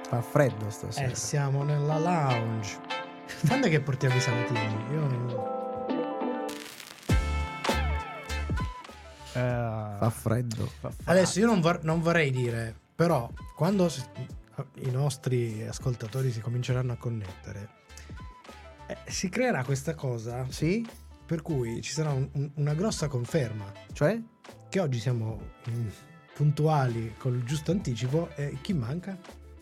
Fa freddo stasera. Siamo nella lounge. Quando è che portiamo i salutini? Fa freddo. Adesso io non vorrei dire, però quando i nostri ascoltatori si cominceranno a connettere, si creerà questa cosa, Sì? per cui ci sarà una grossa conferma, Cioè? che oggi siamo puntuali con il giusto anticipo. E chi manca?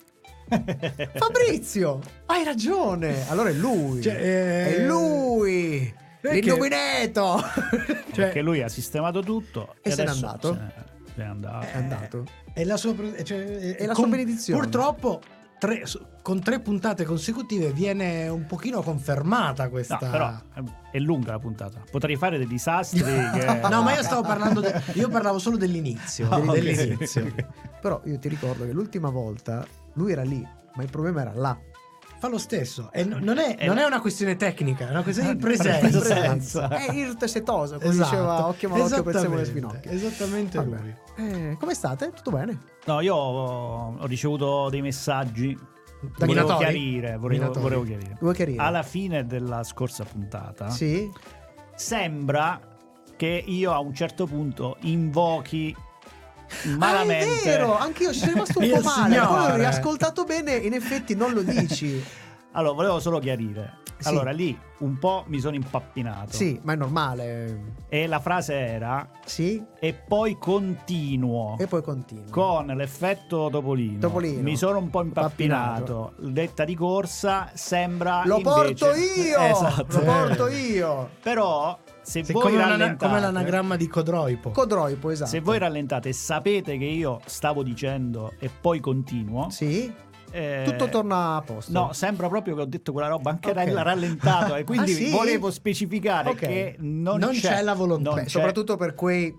Fabrizio! Hai ragione! Allora è lui! È lui! Perché? L'indomineto! Perché lui ha sistemato tutto E se n'è adesso andato. Se n'è andato. È andato. È la sua, È la sua benedizione. Purtroppo con 3 puntate consecutive viene un pochino confermata questa. No, però è lunga la puntata. Potrei fare dei disastri. che... No, ma io stavo parlando io parlavo solo dell'inizio. Dell'inizio. Però io ti ricordo che l'ultima volta lui era lì, ma il problema era là. Fa lo stesso. E non è una questione tecnica, è una questione di presenza. È irte setosa, come Esatto. diceva Occhio Malocchio Prezzemolo le Esattamente. Spinocchio. Esattamente Vabbè. lui. Come state? Tutto bene? No, io ho ricevuto dei messaggi. Da Volevo minatori? chiarire. Volevo chiarire. Vuoi chiarire? Alla fine della scorsa puntata Sì? sembra che io a un certo punto invochi malamente. Ah, è vero, anch'io ci sono rimasto un Il po' male. signore. Poi ho riascoltato bene, in effetti non lo dici. Allora, volevo solo chiarire. Sì. Allora, lì un po' mi sono impappinato. Sì, ma è normale. E la frase era Sì? e poi continuo. E poi continua. Con l'effetto Topolino. Topolino. Mi sono un po' impappinato. Detta di corsa sembra Lo invece... porto io! Esatto. Lo porto io! Però se Sì, voi come rallentate, l'anagramma di Codroipo. Codroipo, esatto. se voi rallentate e sapete che io stavo dicendo e poi continuo, Sì? Tutto torna a posto. No, sembra proprio che ho detto quella roba anche Ok. rallentato e quindi Ah, sì? volevo specificare Ok. che non c'è la volontà. non Beh, c'è- soprattutto per quei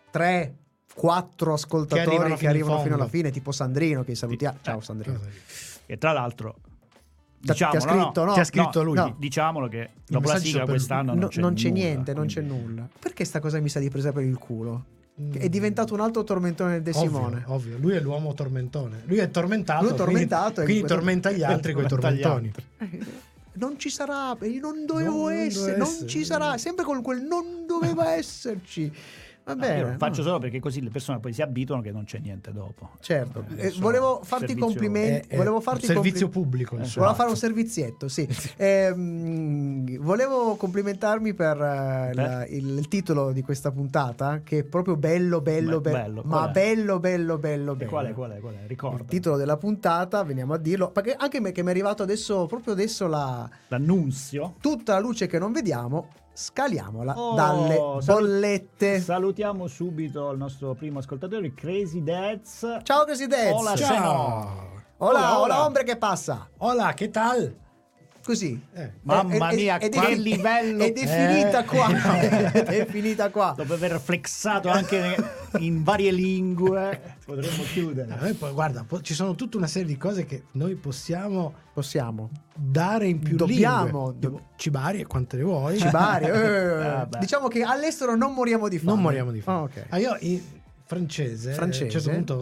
3-4 ascoltatori che arrivano fino alla fine, tipo Sandrino, che salutiamo. Ciao Sandrino. che tra l'altro Ti ha diciamolo, scritto, no? Ti ha scritto lui. No. diciamolo che dopo la messaggio sigla per- quest'anno No, non c'è nulla, niente, non c'è quindi- nulla. Perché sta cosa mi sa di presa per il culo? È diventato un altro tormentone del De Simone. Ovvio, lui è l'uomo tormentone. Lui è tormentato. Lui è tormentato, Quindi e- tormenta gli altri coi tormenta gli tormentoni. Non ci sarà, io non dovevo Non essere, doveva non essere. ci sarà, sempre con quel non doveva esserci. Va No, bene. io lo faccio no. solo perché così le persone poi si abituano che non c'è niente dopo. Certo. Adesso Volevo farti servizio- complimenti. Volevo farti un servizio compli- pubblico. insomma. Volevo fare un servizietto, sì. Volevo complimentarmi per il titolo di questa puntata, che è proprio bello, bello, Beh, bello, bello, ma qual è? bello, bello, bello, E bello. qual è? Ricorda. Il titolo della puntata, veniamo a dirlo, perché anche me che mi è arrivato adesso, proprio adesso, L'annunzio. tutta la luce che non vediamo, scaliamola Oh, dalle bollette. Salutiamo subito il nostro primo ascoltatore, Crazy Dads. Ciao Crazy Dads. Hola, Ciao. Hola, Hola. ombre che passa. Hola, che tal? Così. Mamma mia, ed che è- livello. Ed è finita qua. Ed è finita qua. Dopo aver flexato anche in varie lingue, potremmo chiudere. Noi poi, guarda, ci sono tutta una serie di cose che noi possiamo Possiamo. dare in più Dobbiamo. lingue. Cibari e quante ne vuoi. Cibari. Vabbè. Diciamo che all'estero non moriamo di fame. Non moriamo di fame. Ah, ok. Io in francese, a un certo punto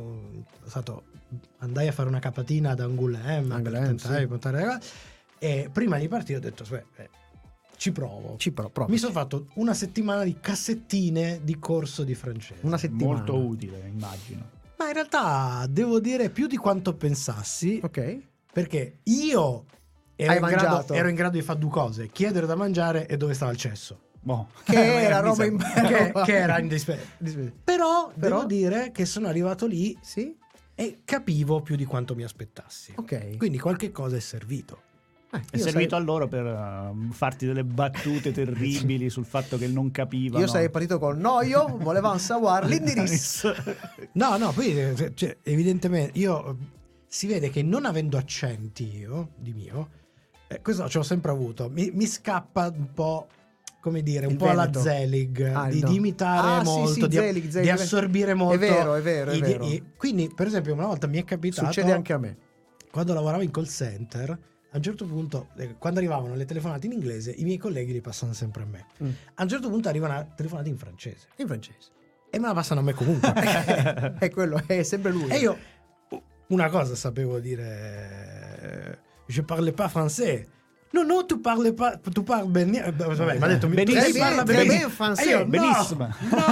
andai a fare una capatina ad Angoulême, Angoulême, per tentare sì. di portare e prima di partire ho detto ci provo. Provo. Mi sono fatto una settimana di cassettine di corso di francese. Una settimana. Molto utile, immagino. Ma in realtà devo dire più di quanto pensassi, Ok. perché io Hai mangiato. ero in grado di fare due cose: chiedere da mangiare e dove stava il cesso. Boh. Che era roba in che era indispensabile. Però devo dire che sono arrivato lì Sì? e capivo più di quanto mi aspettassi. Ok. Quindi qualche cosa è servito. È servito a loro per farti delle battute terribili sul fatto che non capivano. Io sarei partito col noio, volevamo savoir l'indirizzo. No, poi evidentemente si vede che non avendo accenti io di mio, questo ce l'ho sempre avuto, mi scappa un po', come dire, un Il po' alla Veneto. Zelig, di no. imitare Sì, molto, sì, di Zelig. di assorbire molto. È vero. Quindi, per esempio, una volta mi è capitato, Succede anche a me. quando lavoravo in call center, a un certo punto, quando arrivavano le telefonate in inglese, i miei colleghi li passano sempre a me. A un certo punto arrivano telefonate in francese In francese. e me la passano a me comunque. È quello, è sempre lui. E io una cosa sapevo dire. Je parle pas français. No, tu parles benissimo. Vabbè, mi ha detto benissimo. parla benissimo. Benissimo.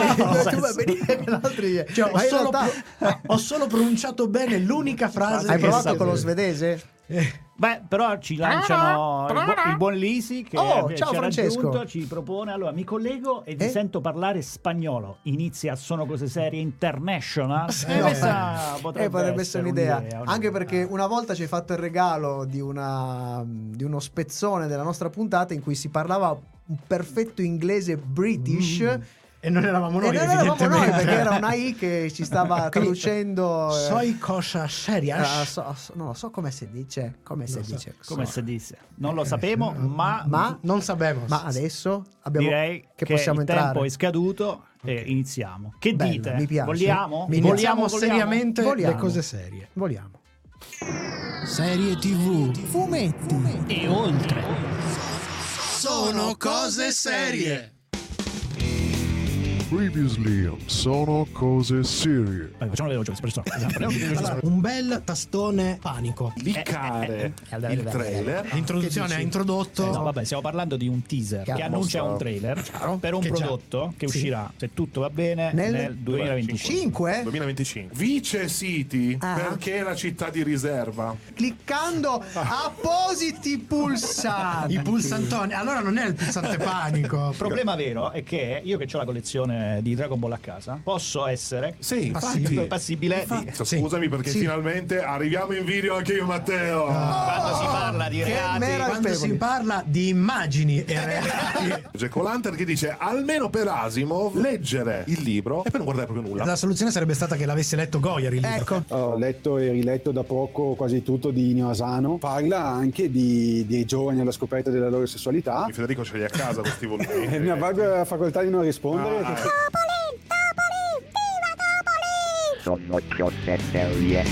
Ho solo pronunciato bene l'unica frase. Hai che provato sapevo. con lo svedese? Beh, però ci lanciano il buon Lisi che ciao ci ha Francesco. raggiunto, ci propone. Allora, mi collego e vi sento parlare spagnolo. Inizia Sono Cose Serie International. Questa Potrebbe essere un'idea. un'idea. Anche perché una volta ci hai fatto il regalo di uno spezzone della nostra puntata in cui si parlava un perfetto inglese british. E non eravamo noi, E non eravamo evidentemente. noi, perché era un AI che ci stava traducendo. Soy cosa seria. Non lo so come si dice. Come si dice? Come si dice? Non lo sapemo, ma Non sapemos. Ma adesso abbiamo direi che possiamo il entrare. tempo è scaduto e iniziamo. Che Bello, dite? mi piace. Vogliamo? Iniziamo seriamente Vogliamo. le cose serie. Vogliamo. Serie TV. Fumetti. E oltre. Sono cose serie. Previously Sono Cose Serie. Facciamo veloce. Allora, un bel tastone panico. Liccare il trailer. L'introduzione ha introdotto. No, vabbè, stiamo parlando di un teaser Chiaro. che annuncia un trailer per un Che già- prodotto che uscirà, se tutto va bene, nel 2025. 5? 2025. Vice City, perché la città di riserva. Cliccando appositi pulsanti. I pulsantoni. Allora non è il pulsante panico. Il problema vero è che io che ho la collezione di Dragon Ball a casa posso essere Sì, passibile di, Scusami perché finalmente arriviamo in video anche io e Matteo. quando si parla di reati. Quando si parla di immagini e reali. Jack O'Lantern che dice almeno per Asimov leggere il libro e poi non guardare proprio nulla. La soluzione sarebbe stata che l'avesse letto Goyer il libro. Ecco. Ho letto e riletto da poco quasi tutto di Nino Asano. Parla anche di giovani alla scoperta della loro sessualità. Federico ce li ha a casa questi volumi. Mi avvalgo la facoltà di non rispondere. Sono cose serie.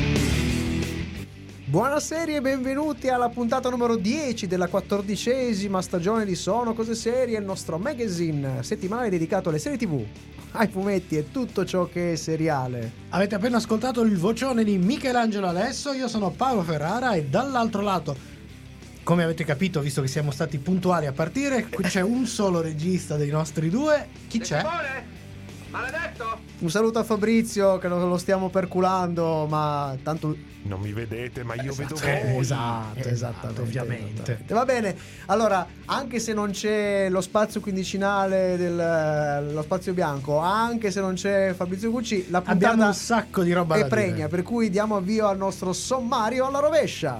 Buonasera e benvenuti alla puntata numero 10 della 14ª stagione di Sono Cose Serie, il nostro magazine settimanale dedicato alle serie TV, ai fumetti e tutto ciò che è seriale. Avete appena ascoltato il vocione di Michelangelo Alesso, io sono Paolo Ferrara e dall'altro lato, come avete capito visto che siamo stati puntuali a partire, qui c'è un solo regista dei nostri due. Chi c'è? Maledetto! Un saluto a Fabrizio che lo stiamo perculando, ma tanto... Non mi vedete, ma io vedo voi. Esatto, ovviamente. Va bene, allora, anche se non c'è lo spazio quindicinale dello spazio bianco, anche se non c'è Fabrizio Gucci, la Abbiamo puntata un sacco di roba è da pregna, dire. per cui diamo avvio al nostro sommario alla rovescia.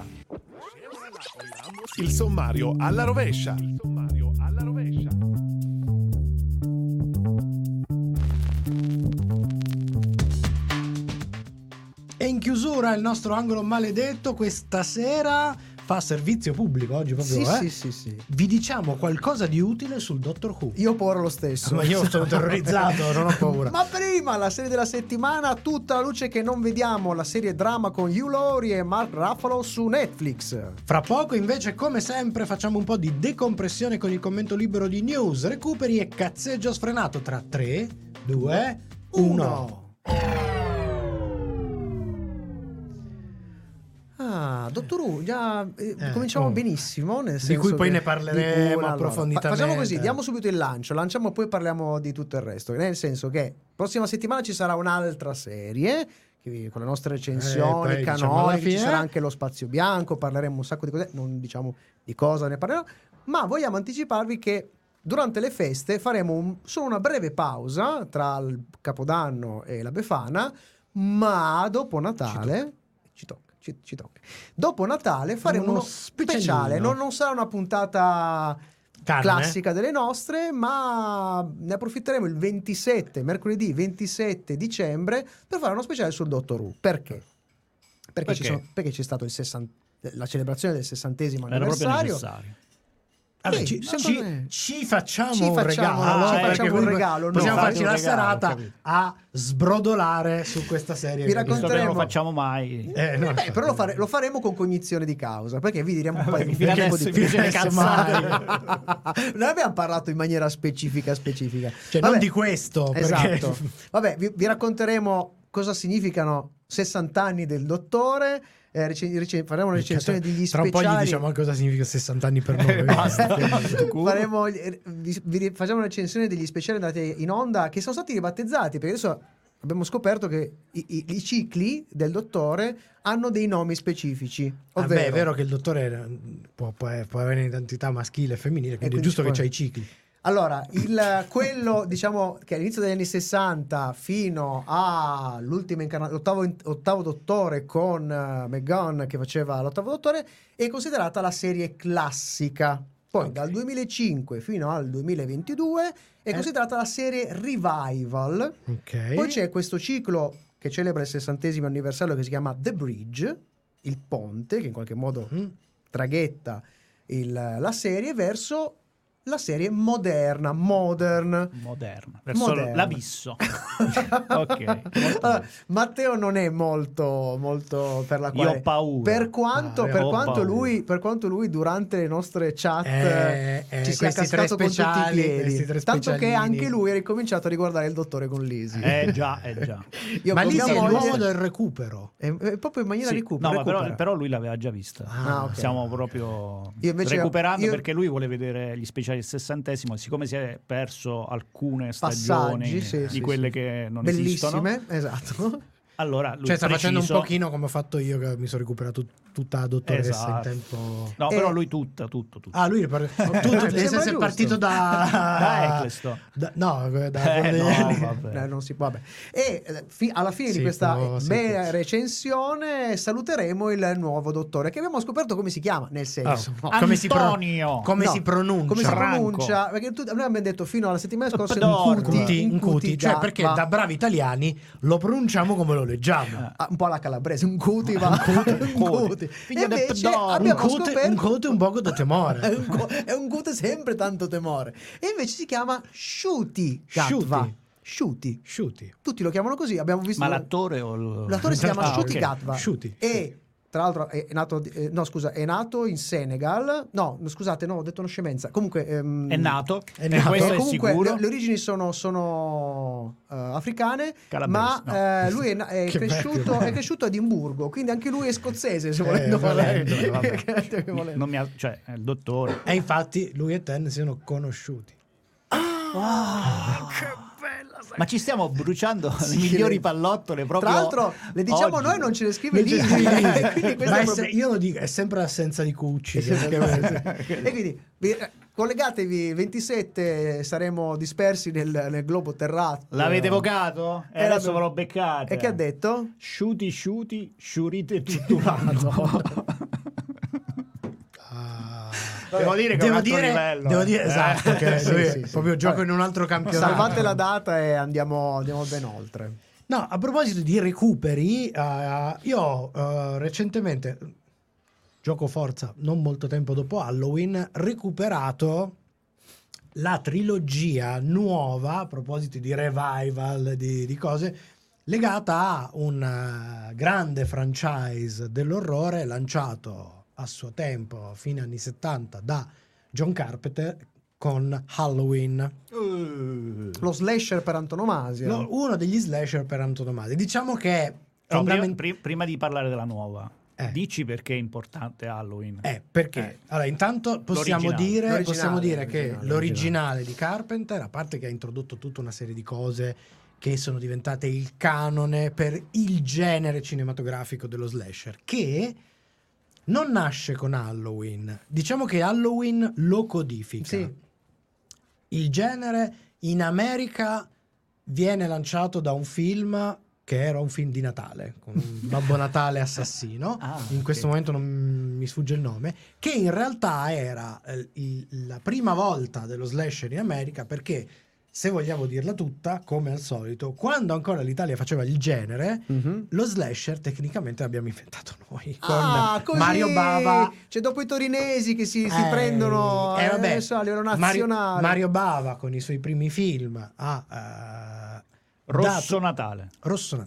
Il sommario alla rovescia. Il sommario alla rovescia. E in chiusura il nostro angolo maledetto questa sera fa servizio pubblico oggi proprio, Sì. Vi diciamo qualcosa di utile sul Doctor Who. Io ho paura lo stesso. Ma io sono terrorizzato, non ho paura. Ma prima la serie della settimana, tutta la luce che non vediamo, la serie drama con Hugh Laurie e Mark Ruffalo su Netflix. Fra poco invece, come sempre, facciamo un po' di decompressione con il commento libero di news, recuperi e cazzeggio sfrenato tra 3, 2, 1. Dottor Who, già cominciamo benissimo, nel senso di cui poi che- ne parleremo allora, approfonditamente. Facciamo così, diamo subito il lancio, lanciamo e poi parliamo di tutto il resto, nel senso che prossima settimana ci sarà un'altra serie con le nostre recensioni, poi, canoniche, diciamo alla ci fine. sarà anche lo spazio bianco, parleremo un sacco di cose, non diciamo di cosa ne parleremo, ma vogliamo anticiparvi che durante le feste faremo solo una breve pausa tra il Capodanno e la Befana, ma dopo Natale ci tocca. Dopo Natale faremo Uno uno speciale, specialino. non sarà una puntata Carne. classica delle nostre, ma ne approfitteremo il mercoledì 27 dicembre per fare uno speciale sul Dottor Who. Perché? Perché c'è stato la celebrazione del 60° Era proprio anniversario. necessario. Allora, secondo me- ci facciamo Ci un facciamo, regalo, ci perché facciamo un comunque regalo, possiamo no, farci fate la un regalo, serata capito. a sbrodolare su questa serie. Vi che- Visto che non lo Racconteremo- facciamo mai. no, Beh, però lo faremo con cognizione di causa, perché vi diremo un po' di Fino adesso di invece le cazzate. Non abbiamo parlato in maniera specifica. Cioè, Vabbè, non di questo, perché- esatto. Vabbè, vi racconteremo cosa significano 60 anni del dottore. Faremo una recensione degli Tra un po' gli speciali. diciamo cosa significa 60 anni per noi. Basta. Facciamo una recensione degli speciali andati in onda che sono stati ribattezzati, perché adesso abbiamo scoperto che i cicli del dottore hanno dei nomi specifici. Ovvero, è vero che il dottore può avere identità maschile e femminile, quindi è quindi giusto che poi- c'ha i cicli. Allora, quello diciamo che all'inizio degli anni 60 fino l'ottavo dottore con McGonagall che faceva l'ottavo dottore è considerata la serie classica. Poi dal 2005 fino al 2022 è considerata la serie revival. Ok. Poi c'è questo ciclo che celebra il 60° anniversario che si chiama The Bridge, il ponte, che in qualche modo traghetta la serie verso la serie modern, verso Moderna. l'abisso. Ok. Allora, Matteo non è molto per la quale Io ho paura. per quanto lui durante le nostre chat ci sia questi tre cascato con tutti i speciali, questi piedi, tre tanto che specialini. anche lui ha ricominciato a riguardare il dottore con Lisi. Già. Io Ma con lì mia è moglie- l'uomo del recupero. è proprio in maniera Sì. recupera. No, ma però lui l'aveva già vista. ok. Stiamo proprio Io invece- recuperando perché lui vuole vedere gli speciali del 60°, siccome si è perso alcune stagioni Passaggi, di quelle che non esistono. bellissime, esatto. Allora lui Cioè sta facendo un preciso- pochino come ho fatto io, che mi sono recuperato tutta la dottoressa Esatto. in tempo. No, però lui tutto. Ah, lui tutto, nel senso è giusto. partito Da Eccleston. No, No, vabbè. Non si vabbè. E alla fine Sì, di questa può- sì, bella sì. recensione saluteremo il nuovo dottore che abbiamo scoperto come si chiama, nel senso no. Come si Antonio. come No, si pronuncia? come si Franco. pronuncia, perché noi abbiamo detto fino alla settimana scorsa Pedorro. Un cuti, cioè da- perché va- da bravi italiani lo pronunciamo come lo leggiamo. un po' alla calabrese, un cuti va un cuti. Figlio E del invece pedoro. abbiamo Un scoperto cote un poco da è temore. è un cute sempre tanto temore. E invece si chiama Shuti Gatva. Shuti. Tutti lo chiamano così. Abbiamo visto Ma l'attore o l'attore si chiama Shuti ok. Gatva. Shuti. E tra l'altro è nato in Senegal. No, scusate, no, ho detto una scemenza. Comunque È nato, È e nato. questo è comunque sicuro. le origini sono africane, Calabresi, ma lui è Che cresciuto, bello. è cresciuto a Edimburgo, quindi anche lui è scozzese, se volendo parlare. volendo, vabbè. Volendo. Non mi ha- cioè, è il dottore. E infatti lui e Ten siano conosciuti. Ma ci stiamo bruciando le migliori pallottole proprio. Tra l'altro, le diciamo oggi. noi, non ce le scrive Non lì. ci scrive lì. Quindi questo Ma è proprio- io lo dico, è sempre l'assenza di Cucci. E quindi collegatevi 27, saremo dispersi nel globo terraceo. L'avete evocato? E Era- adesso ve lo beccate. E che ha detto? Sciuti, sciurite tutto l'anno. Devo dire che è un altro livello. devo dire esatto, che Sì, lui è sì, sì. proprio gioco Vabbè. in un altro campionato. Salvate la data e andiamo ben oltre. No, a proposito di recuperi, io ho recentemente, gioco forza, non molto tempo dopo Halloween, recuperato la trilogia nuova, a proposito di revival, di cose, legata a un grande franchise dell'orrore lanciato a suo tempo, fine anni 70, da John Carpenter con Halloween. Lo slasher per antonomasia. No, uno degli slasher per antonomasia. Diciamo che No, fondament- prima di parlare della nuova, Eh. dici perché è importante Halloween. perché allora intanto possiamo L'originale. dire che L'originale. l'originale di Carpenter, a parte che ha introdotto tutta una serie di cose che sono diventate il canone per il genere cinematografico dello slasher, che non nasce con Halloween. Diciamo che Halloween lo codifica. Sì. Il genere in America viene lanciato da un film che era un film di Natale, con un Babbo Natale assassino, in questo ok. momento non mi sfugge il nome, che in realtà era la prima volta dello slasher in America, perché, se vogliamo dirla tutta, come al solito, quando ancora l'Italia faceva il genere, lo slasher tecnicamente l'abbiamo inventato noi, con Così. Mario Bava. Cioè, dopo i torinesi che si prendono vabbè, adesso a livello nazionale. Mario Bava con i suoi primi film ha Rosso dato- Natale. Rosso Natale.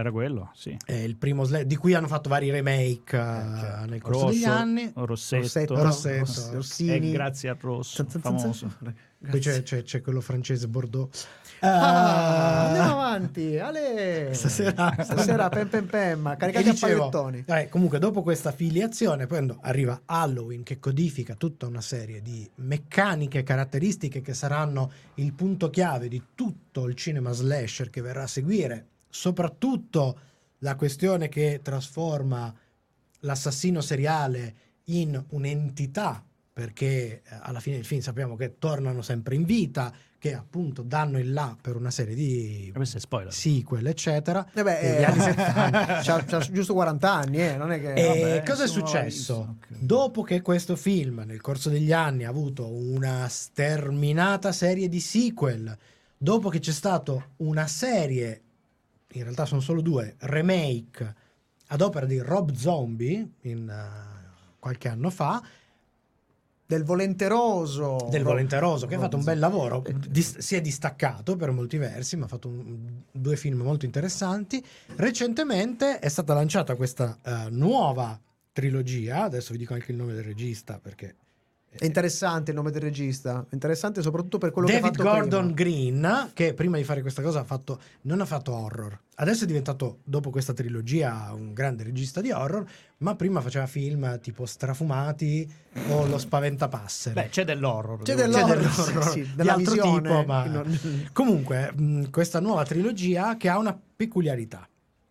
Era quello, sì. È il primo di cui hanno fatto vari remake nel corso degli anni. Rossetto, Rossini. E grazie a Rosso, famoso. Poi c'è quello francese Bordeaux. Andiamo avanti, Ale. Stasera pem caricati a pallettoni. Comunque dopo questa filiazione poi arriva Halloween, che codifica tutta una serie di meccaniche e caratteristiche che saranno il punto chiave di tutto il cinema slasher che verrà a seguire, soprattutto la questione che trasforma l'assassino seriale in un'entità, perché alla fine del film sappiamo che tornano sempre in vita, che appunto danno il là per una serie di questo è spoiler, sequel eccetera. Negli anni 70 c'ha giusto 40 anni, non è che cosa è successo? Dopo che questo film nel corso degli anni ha avuto una sterminata serie di sequel, dopo che c'è stato una serie, in realtà sono solo 2 remake ad opera di Rob Zombie qualche anno fa, del volenteroso che ha fatto un bel lavoro, si è distaccato per molti versi, ma ha fatto 2 film molto interessanti. Recentemente è stata lanciata questa nuova trilogia, adesso vi dico anche il nome del regista perché è interessante il nome del regista, interessante soprattutto per quello David che ha fatto Gordon prima. Green, che prima di fare questa cosa non ha fatto horror, adesso è diventato dopo questa trilogia un grande regista di horror, ma prima faceva film tipo Strafumati o Lo Spaventapasseri. Beh, c'è dell'horror sì, di altro tipo, ma comunque questa nuova trilogia che ha una peculiarità,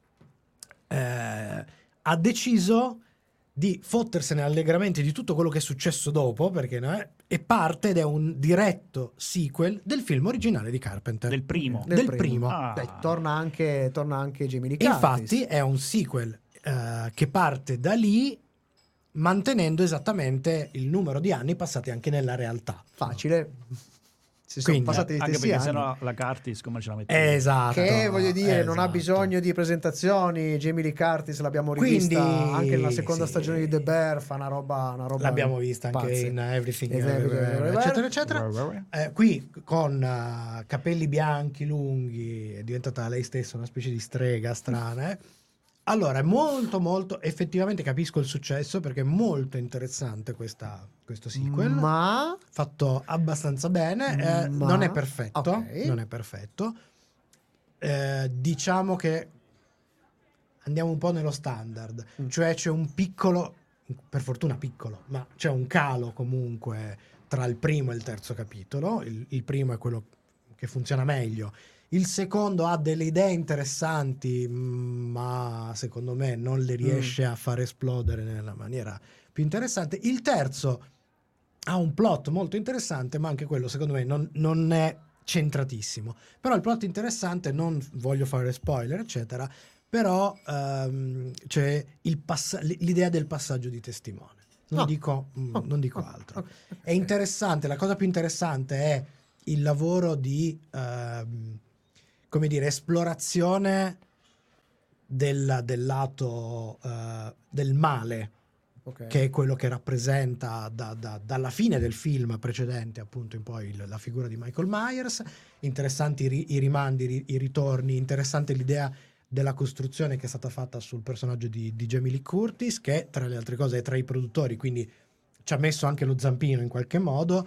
ha deciso di fottersene allegramente di tutto quello che è successo dopo, perché è parte ed è un diretto sequel del film originale di Carpenter, del primo. Torna anche Jamie Lee Curtis. Infatti è un sequel che parte da lì, mantenendo esattamente il numero di anni passati anche nella realtà. Facile. Si sono passati gli anche stessi perché anni. sennò la Curtis come ce la mette? Esatto. Che voglio dire, non ha bisogno di presentazioni. Jamie Lee Curtis l'abbiamo rivista anche nella seconda stagione di The Bear, fa una roba l'abbiamo vista pazza. anche in Everything eccetera eccetera. Qui con capelli bianchi lunghi è diventata lei stessa una specie di strega strana. Allora è molto effettivamente capisco il successo, perché è molto interessante questo sequel, ma fatto abbastanza bene, non è perfetto, okay. Non è perfetto, diciamo che andiamo un po' nello standard, cioè c'è un piccolo, per fortuna piccolo, ma c'è un calo comunque tra il primo e il terzo capitolo. Il primo è quello che funziona meglio. Il secondo ha delle idee interessanti, ma secondo me non le riesce a far esplodere nella maniera più interessante. Il terzo ha un plot molto interessante, ma anche quello secondo me non è centratissimo. Però il plot interessante, non voglio fare spoiler, eccetera, però c'è l'idea del passaggio di testimone. Non dico altro. Okay. È interessante, la cosa più interessante è il lavoro di come dire, esplorazione del lato del male, che è quello che rappresenta dalla fine del film precedente appunto in poi la figura di Michael Myers. Interessanti i rimandi, i ritorni, interessante l'idea della costruzione che è stata fatta sul personaggio di Jamie Lee Curtis, che tra le altre cose è tra i produttori, quindi ci ha messo anche lo zampino in qualche modo.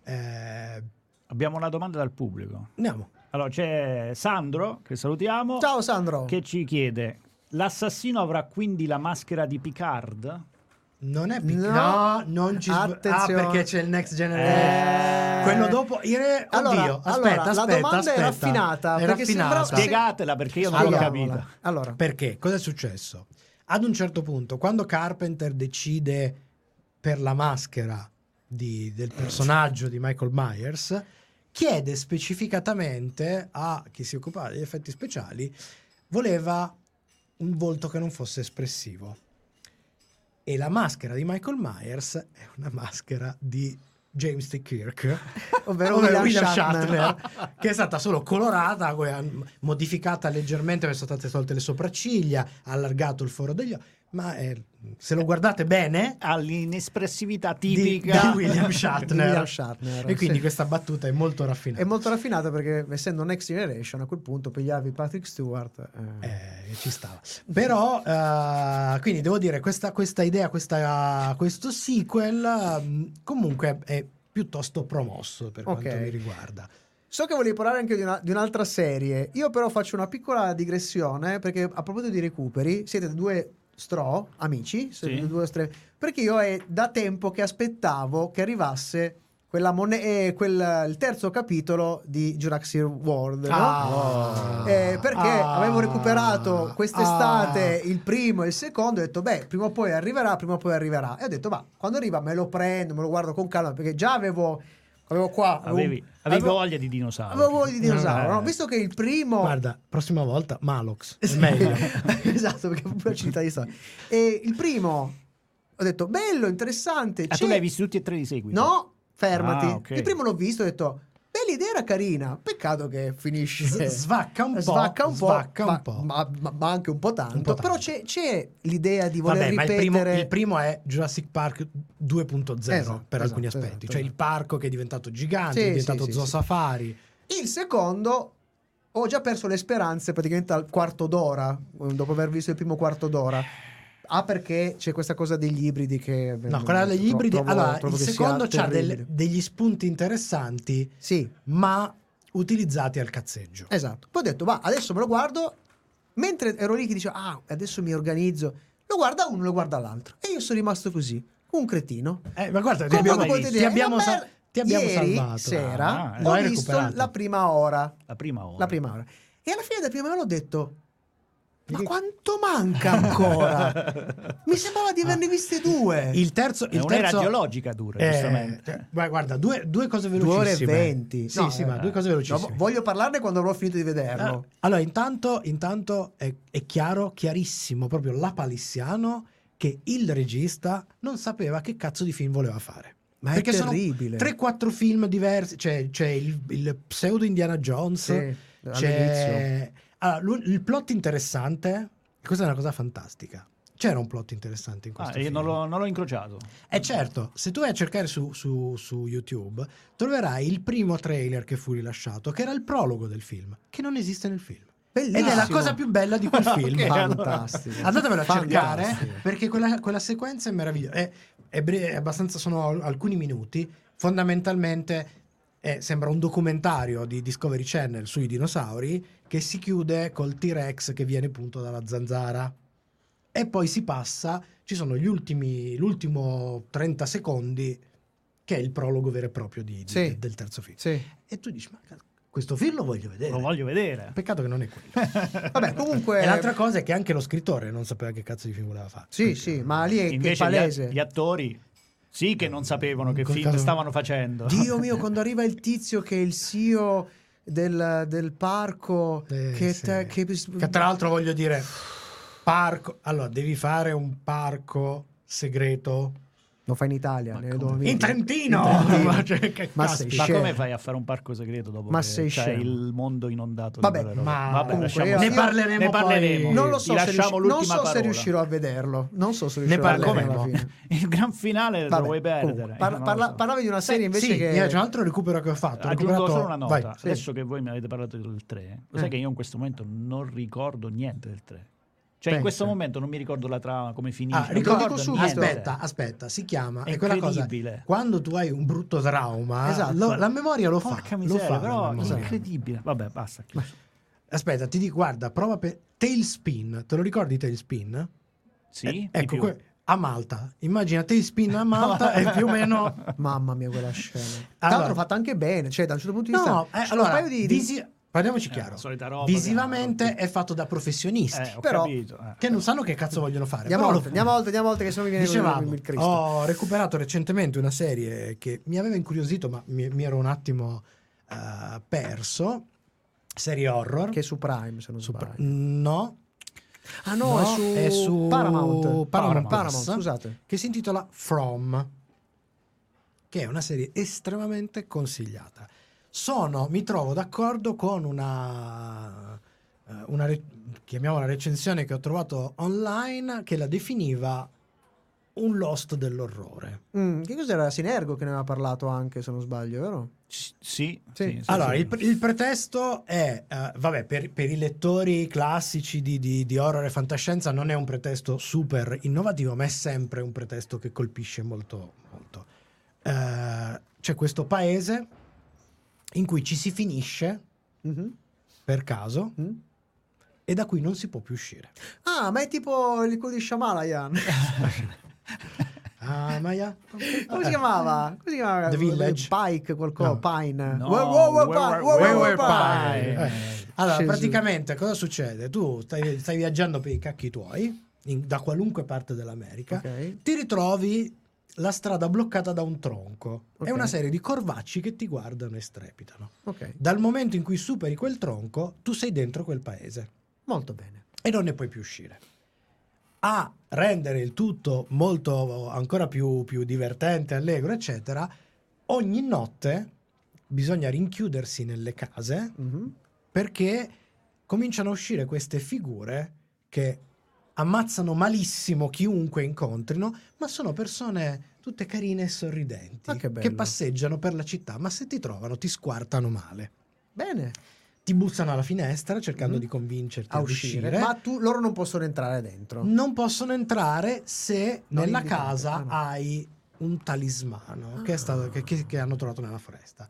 Abbiamo una domanda dal pubblico. Andiamo. Allora c'è Sandro, che salutiamo. Ciao Sandro. Che ci chiede: l'assassino avrà quindi la maschera di Picard? Non è Picard. No, non ci perché c'è il Next Generation. Quello dopo aspetta, la domanda è raffinata. Spiegatela, perché io non l'ho capita. Allora, perché? Cosa è successo? Ad un certo punto, quando Carpenter decide per la maschera del personaggio di Michael Myers, chiede specificatamente a chi si occupava degli effetti speciali, voleva un volto che non fosse espressivo. E la maschera di Michael Myers è una maschera di James T. Kirk, ovvero William Shatner, che è stata solo colorata, modificata leggermente, sono state tolte le sopracciglia, allargato il foro degli occhi, Ma se lo guardate bene, ha l'inespressività di tipica William Shatner. William Shatner, E quindi sì. questa battuta è molto raffinata. È molto raffinata perché essendo Next Generation a quel punto pigliavi Patrick Stewart. Ci stava. Però quindi devo dire questa idea, questo sequel comunque è piuttosto promosso per quanto mi riguarda. So che volevi parlare anche di un'altra serie. Io però faccio una piccola digressione perché a proposito di recuperi, siete due amici, Sì. perché io è da tempo che aspettavo che arrivasse il terzo capitolo di Jurassic World, no? Perché avevo recuperato quest'estate il primo e il secondo, ho detto beh, prima o poi arriverà, e ho detto va, quando arriva me lo prendo, me lo guardo con calma, perché già avevo qua avevi voglia di dinosauri. avevo voglia di dinosauro, no? Visto che il primo Guarda, prossima volta Malox è meglio. esatto, perché è pure città di storia. E il primo ho detto bello, interessante. Tu li hai visti tutti e tre di seguito? No, fermati. Ah, ok. Il primo l'ho visto e ho detto l'idea era carina, peccato che finisce Svacca un po', ma anche un po' tanto. Però c'è l'idea di voler ma ripetere. il primo è Jurassic Park 2.0 per alcuni aspetti, cioè il parco che è diventato gigante, è diventato zoo safari. Il secondo ho già perso le speranze praticamente al quarto d'ora, dopo aver visto il primo quarto d'ora. Perché c'è questa cosa degli ibridi che no, quella degli ibridi allora il che secondo sia c'ha degli spunti interessanti, sì, ma utilizzati al cazzeggio. Esatto. Poi ho detto va, adesso me lo guardo, mentre ero lì che dicevo adesso mi organizzo, lo guarda uno, lo guarda l'altro, e io sono rimasto così, un cretino. Ma guarda, ti abbiamo ieri salvato. Sera Lo ho hai visto recuperato. la prima ora. La prima ora. E alla fine della prima ora ho detto ma quanto manca ancora? Mi sembrava di averne viste due. Il terzo un'era geologica dura, giustamente. Guarda, due cose 2 velocissime. ore e 20. Sì, ma due cose velocissime. No, voglio parlarne quando avrò finito di vederlo. Allora, intanto è chiarissimo, proprio lapalissiano, che il regista non sapeva che cazzo di film voleva fare. Ma perché è terribile. Sono 3-4 film diversi. C'è il pseudo Indiana Jones. Sì, c'è il plot interessante. Questa è una cosa fantastica. C'era un plot interessante in questo io film. non l'ho incrociato. Certo, se tu vai a cercare su YouTube troverai il primo trailer che fu rilasciato, che era il prologo del film, che non esiste nel film. Bellissimo. Ed è la cosa più bella di quel film. Fantastico. Andatevelo a cercare, Fantastico. perché quella sequenza è meravigliosa. È abbastanza, sono alcuni minuti. Fondamentalmente sembra un documentario di Discovery Channel sui dinosauri che si chiude col T-Rex che viene punto dalla zanzara. E poi si passa, ci sono l'ultimo 30 secondi che è il prologo vero e proprio del terzo film. Sì. E tu dici, ma questo film lo voglio vedere. Lo voglio vedere. Peccato che non è quello. Vabbè, comunque. E l'altra cosa è che anche lo scrittore non sapeva che cazzo di film voleva fare. Sì, ma lì è Invece palese. gli attori sì che non sapevano che quel film caso- stavano facendo. Dio mio, quando arriva il tizio che è il CEO del parco, Che tra l'altro voglio dire, parco. Allora, devi fare un parco segreto lo fa in Italia, nelle Dolomiti. in Trentino. Ma cioè, che Ma caspita. sei Ma scemo. come fai a fare un parco segreto dopo Ma che sei c'è scemo. il mondo inondato Vabbè, di quelle robe? ma Vabbè, comunque lasciamo io- stare. ne parleremo Ne parleremo. Non lo Ti so, se, lasciamo non l'ultima so se parola. riuscirò a vederlo. Non so se Ne riuscirò a vederlo alla parleremo. fine. Il gran finale lo Vabbè, vuoi comunque, perdere. Io non lo so. parlavi di una serie invece sì, che c'è un altro recupero che ho fatto. Ho Aggiungo recuperato- solo una nota. Vai. Sì. Adesso che voi mi avete parlato del 3, lo sai che io in questo momento non ricordo niente del 3. Cioè in Pensa. questo momento non mi ricordo la trama, come finisce. Ah, non ricordo ricordo subito. niente. Aspetta, si chiama. È È quella cosa. incredibile. Quando tu hai un brutto trauma, Esatto. la memoria lo fa. Porca lo miseria, fa però la è memoria. incredibile. Vabbè, basta. chiuso. Aspetta, ti dico, guarda, prova per Tailspin. Te lo ricordi Tailspin? Sì? Di Ecco, più. a Malta. Immagina Tailspin a Malta è più o meno. mamma mia quella scena. Tra Allora- l'altro fatta anche bene, cioè da un certo punto di vista No, ci sono allora, un paio di parliamoci chiaro. la solita roba Visivamente è fatto da professionisti Ho però- capito. che non sanno che cazzo vogliono fare. andiamo però oltre, andiamo oltre che se no mi viene Dicevamo, il Cristo. ho recuperato recentemente una serie che mi aveva incuriosito, ma mi ero un attimo perso. Serie horror. Che è su Prime, se non sbaglio. No, Ah no, è su Paramount Paramount, Plus, scusate. che si intitola From, che è una serie estremamente consigliata. Mi trovo d'accordo con chiamiamola recensione che ho trovato online, che la definiva un Lost dell'orrore. Che cos'era? Sinergo che ne aveva parlato anche, se non sbaglio, vero? Sì. Allora, il pretesto è, per i lettori classici di horror e fantascienza non è un pretesto super innovativo, ma è sempre un pretesto che colpisce molto, molto. C'è questo paese in cui ci si finisce per caso e da cui non si può più uscire. Ah, ma è tipo il quello di Shyamalan. Maya? Come si chiamava? The Village? Pike qualcosa, No. Pine. No, Where Pine. Allora, Gesù. praticamente cosa succede? Tu stai viaggiando per i cacchi tuoi, da qualunque parte dell'America, Ok. ti ritrovi la strada bloccata da un tronco Ok. e una serie di corvacci che ti guardano e strepitano. Ok, Dal momento in cui superi quel tronco, tu sei dentro quel paese molto bene. e non ne puoi più uscire. A rendere il tutto molto ancora più divertente, allegro, eccetera, ogni notte bisogna rinchiudersi nelle case perché cominciano a uscire queste figure che ammazzano malissimo chiunque incontrino, ma sono persone tutte carine e sorridenti Ah, che bello. passeggiano per la città, ma se ti trovano ti squartano male. Bene. Ti bussano alla finestra cercando di convincerti A ad uscire. uscire. Ma loro non possono entrare dentro. Non possono entrare se Non nella invitati. casa Ah, no. hai un talismano che hanno trovato nella foresta.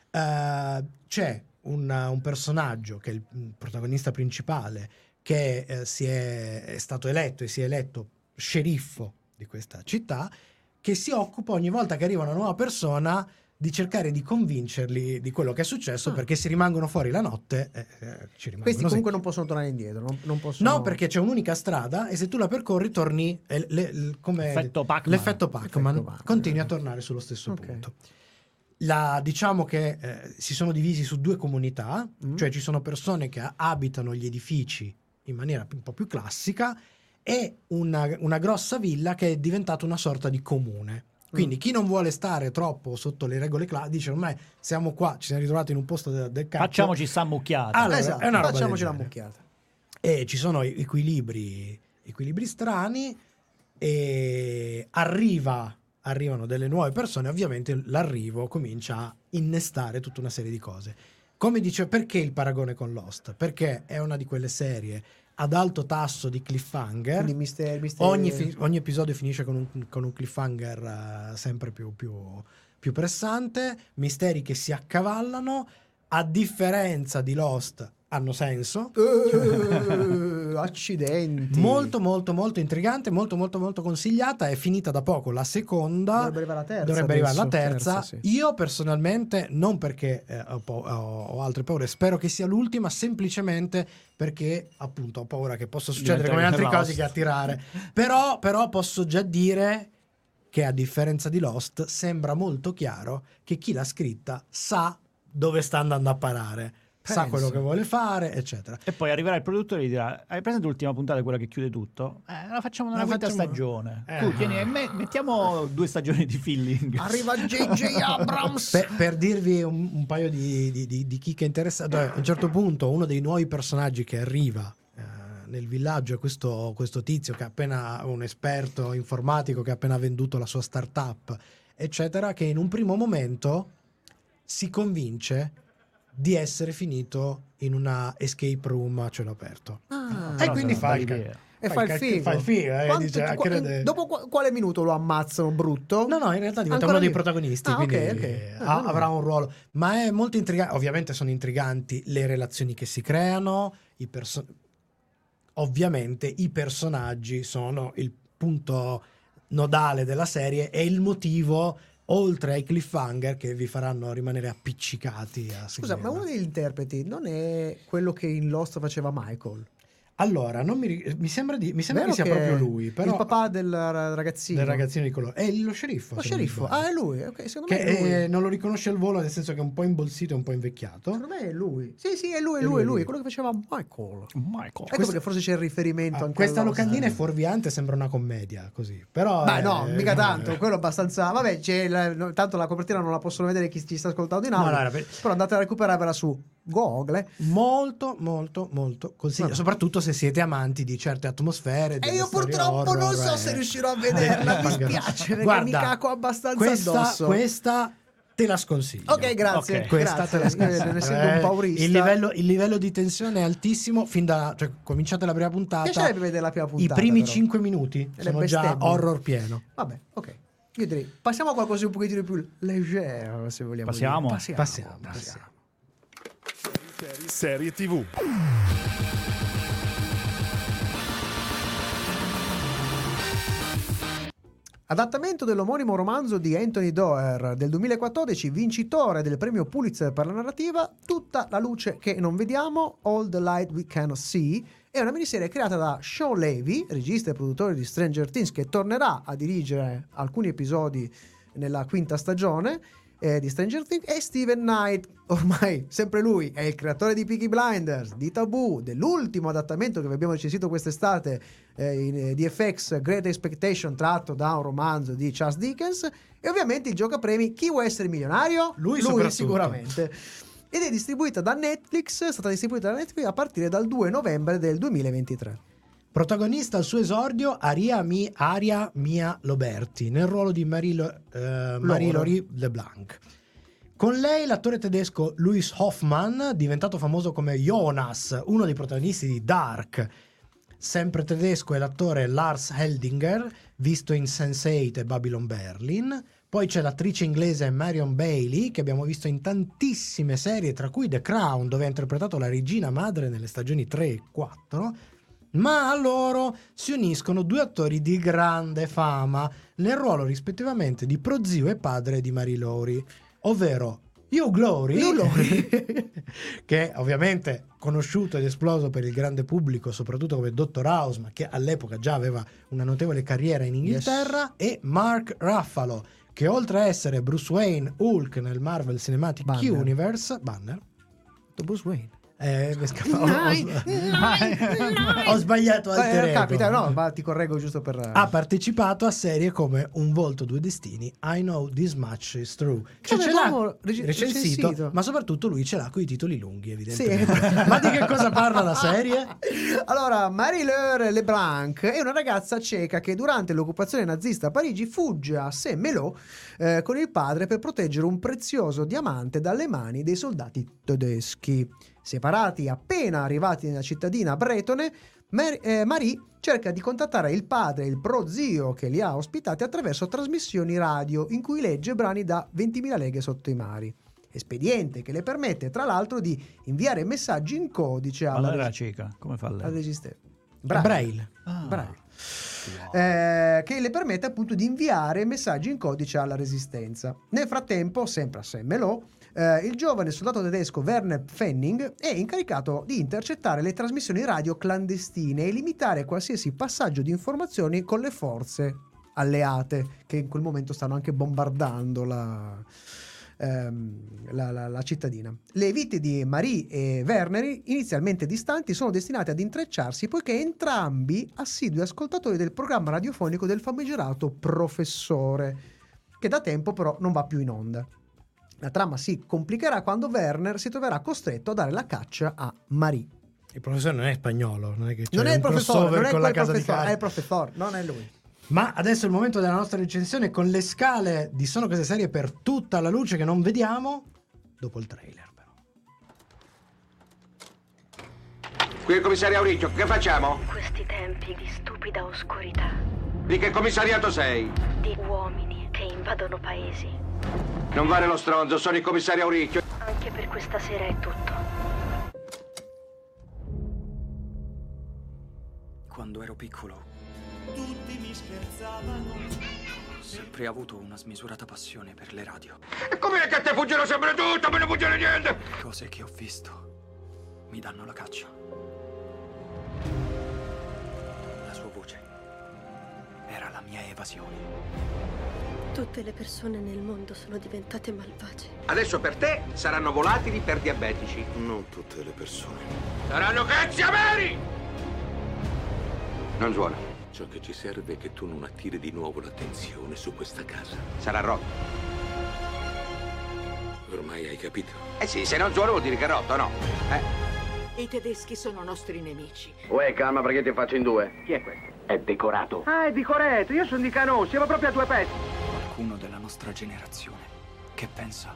C'è un personaggio che è il protagonista principale che è stato eletto e si è eletto sceriffo di questa città, che si occupa ogni volta che arriva una nuova persona di cercare di convincerli di quello che è successo, perché se rimangono fuori la notte ci rimangono. Questi comunque secchi. non possono tornare indietro. Non possono... No, perché c'è un'un'unica strada e se tu la percorri torni come Effetto Pac-Man. l'effetto Pac-Man, Effetto Pac-Man. continui a tornare sullo stesso Ok. punto. Diciamo che si sono divisi su due comunità, cioè ci sono persone che abitano gli edifici in maniera un po' più classica e una grossa villa che è diventata una sorta di comune. Quindi chi non vuole stare troppo sotto le regole dice ormai siamo qua, ci siamo ritrovati in un posto del cazzo. Facciamoci sta mucchiata. Allora, Esatto, è una roba facciamoci del la genere. mucchiata. E ci sono equilibri strani e arrivano delle nuove persone, ovviamente l'arrivo comincia a innestare tutta una serie di cose. Come dice, perché il paragone con Lost? Perché è una di quelle serie ad alto tasso di cliffhanger. Quindi misteri. Ogni episodio finisce con un cliffhanger sempre più pressante, misteri che si accavallano, a differenza di Lost hanno senso. Accidenti. Molto molto molto intrigante, molto molto molto consigliata. È finita da poco la seconda, Dovrebbe arrivare la terza. dovrebbe arrivare la adesso. terza. Sì. Io personalmente, non perché ho altre paure, spero che sia l'ultima, semplicemente perché appunto ho paura che possa succedere come in altri Lost. casi, che attirare. Però posso già dire che a differenza di Lost sembra molto chiaro che chi l'ha scritta sa dove sta andando a parare, sa Penso. quello che vuole fare, eccetera. E poi arriverà il produttore e gli dirà: hai presente l'ultima puntata, quella che chiude tutto? La facciamo nella quinta stagione. Tu tieni, mettiamo 2 stagioni di filling. Arriva J.J. Abrams. Per dirvi un paio di chicche interessanti, a un certo punto uno dei nuovi personaggi che arriva nel villaggio è questo tizio che è appena un esperto informatico, che ha appena venduto la sua startup, eccetera, che in un primo momento si convince di essere finito in una escape room a cielo aperto. E quindi fa il figo. Dice, Dopo quale minuto lo ammazzano brutto? No, in realtà diventa Ancora uno dei lì? protagonisti, Ah, quindi ok. avrà un ruolo. Ma è molto intrigante. Ovviamente sono intriganti le relazioni che si creano, ovviamente i personaggi sono il punto nodale della serie e il motivo, oltre ai cliffhanger, che vi faranno rimanere appiccicati a Scusa, seguirla. ma uno degli interpreti non è quello che in Lost faceva Michael? Allora, mi sembra che Vero sia proprio lui, però il papà del ragazzino. del ragazzino di colore. È lo sceriffo. Lo se non mi sceriffo. sbaglio. Ah, è lui. Ok, secondo me Che è lui. non lo riconosce al volo, nel senso che è un po' imbolsito e un po' invecchiato. Secondo me è lui. Sì, è lui, quello che faceva Michael. Ecco perché forse c'è il riferimento anche Questa a Lost. locandina è fuorviante, sembra una commedia, così. Però Beh, no, mica no, tanto, quello è abbastanza. Vabbè, tanto la copertina non la possono vedere chi ci sta ascoltando in audio. No, però andate a recuperarvela su Google. Molto consiglio, soprattutto se siete amanti di certe atmosfere. E io purtroppo non so se riuscirò a vederla, mi spiace, perché mi caco abbastanza addosso. Questa te la sconsiglio. Ok, grazie. Okay. Questa te la sconsiglio. Essendo un paurista. Il livello di tensione è altissimo fin da, cioè, cominciate la prima puntata. Mi piacerebbe vedere la prima puntata. I primi però 5 minuti sono già horror pieno. Vabbè, ok. Io direi passiamo a qualcosa un pochettino più leggero, se vogliamo. Passiamo. Serie TV. Adattamento dell'omonimo romanzo di Anthony Doerr del 2014, vincitore del premio Pulitzer per la narrativa, Tutta la luce che non vediamo, All the Light We Cannot See, è una miniserie creata da Sean Levy, regista e produttore di Stranger Things, che tornerà a dirigere alcuni episodi nella quinta stagione di Stranger Things, e Steven Knight, ormai sempre lui, è il creatore di Peaky Blinders, di Taboo, dell'ultimo adattamento che vi abbiamo recensito quest'estate di FX, Great Expectation, tratto da un romanzo di Charles Dickens, e ovviamente il giocapremi Chi vuole essere milionario? Lui sicuramente. Ed è distribuita da Netflix, è stata distribuita da Netflix a partire dal 2 novembre del 2023. Protagonista al suo esordio Aria Mia Loberti nel ruolo di Marie-Laurie LeBlanc. Con lei l'attore tedesco Louis Hoffmann, diventato famoso come Jonas, uno dei protagonisti di Dark. Sempre tedesco è l'attore Lars Heldinger, visto in Sense8 e Babylon Berlin. Poi c'è l'attrice inglese Marion Bailey, che abbiamo visto in tantissime serie, tra cui The Crown, dove ha interpretato la regina madre nelle stagioni 3 e 4. Ma a loro si uniscono due attori di grande fama nel ruolo rispettivamente di prozio e padre di Marie-Laurie, ovvero Hugh Laurie, che ovviamente conosciuto ed esploso per il grande pubblico soprattutto come Dottor House, ma che all'epoca già aveva una notevole carriera in Inghilterra, e Mark Ruffalo, che oltre a essere Bruce Wayne Hulk nel Marvel Cinematic Universe, Bruce Wayne. Mi scappava. Ho sbagliato alter ego. Capita, no, ma ti correggo giusto per. Ha partecipato a serie come Un volto, due destini, I Know This Much Is True, che ce l'ha recensito, ma soprattutto lui ce l'ha con i titoli lunghi, evidentemente. Sì. Ma di che cosa parla la serie? Allora, Marie-Laurie LeBlanc è una ragazza ceca che durante l'occupazione nazista a Parigi fugge a Saint-Malo con il padre per proteggere un prezioso diamante dalle mani dei soldati tedeschi. Separati appena arrivati nella cittadina bretone, Marie cerca di contattare il padre e il prozio che li ha ospitati attraverso trasmissioni radio in cui legge brani da 20.000 leghe sotto i mari. Espediente che le permette tra l'altro di inviare messaggi in codice alla era cieca, come fa lei? Resistenza. Braille. Che le permette appunto di inviare messaggi in codice alla Resistenza. Nel frattempo, sempre a Saint-Malo, il giovane soldato tedesco Werner Pfennig è incaricato di intercettare le trasmissioni radio clandestine e limitare qualsiasi passaggio di informazioni con le forze alleate, che in quel momento stanno anche bombardando la cittadina. Le vite di Marie e Werner, inizialmente distanti, sono destinate ad intrecciarsi poiché entrambi assidui ascoltatori del programma radiofonico del famigerato Professore, che da tempo però non va più in onda. La trama si complicherà quando Werner si troverà costretto a dare la caccia a Marie. Il professore non è spagnolo, non è che c'è non è il professore, non è con la casa professore, di è il professore, non è lui. Ma adesso è il momento della nostra recensione con le scale di Sono Cose Serie per Tutta la luce che non vediamo, dopo il trailer però. Qui è il commissario Auricchio, che facciamo? In questi tempi di stupida oscurità, Di che commissariato sei? di uomini che invadono paesi, Non vale lo stronzo, sono il commissario Auricchio. anche per questa sera è tutto. Quando ero piccolo, tutti mi scherzavano. Ho sempre avuto una smisurata passione per le radio. E com'è che a te fuggono sempre tutto, a me non fugge niente? Le cose che ho visto mi danno la caccia. La sua voce era la mia evasione. Tutte le persone nel mondo sono diventate malvagie. Adesso per te saranno volatili per diabetici. Non tutte le persone. Saranno cazzi ameri! Non suona. Ciò che ci serve è che tu non attiri di nuovo l'attenzione su questa casa. Sarà rotto. Ormai suonerai, hai capito? Eh sì, se non suono vuol dire che è rotto, no? I tedeschi sono nostri nemici. Uè, calma perché ti faccio in due. Chi è questo? È decorato. Ah, è decorato, io sono di Canò, siamo proprio a due pezzi. Qualcuno della nostra generazione che pensa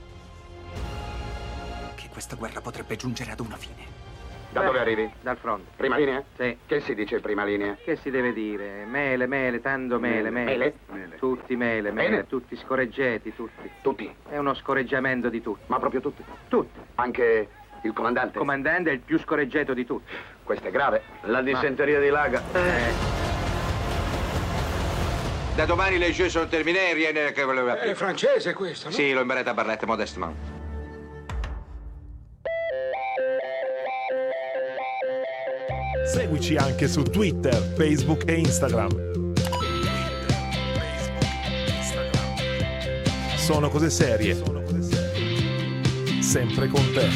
che questa guerra potrebbe giungere ad una fine. Da dove arrivi? Dal fronte. Prima linea? Sì. Che si dice prima linea? Che si deve dire? Mele, tanto mele. Mele? Tutti mele, Bene. tutti scorreggeti, tutti. Tutti? È uno scorreggiamento di tutti. Ma proprio tutti? Tutti. Anche il Il comandante? comandante è il più scorreggetto di tutti. Questo è grave. La dissenteria di Laga. Da domani les jeux sont terminés, rien que voleva. È francese questo, no? Sì, lo imparate a parlare modestement. Seguici anche su Twitter, Facebook e Instagram. Sono cose serie. Sempre con te.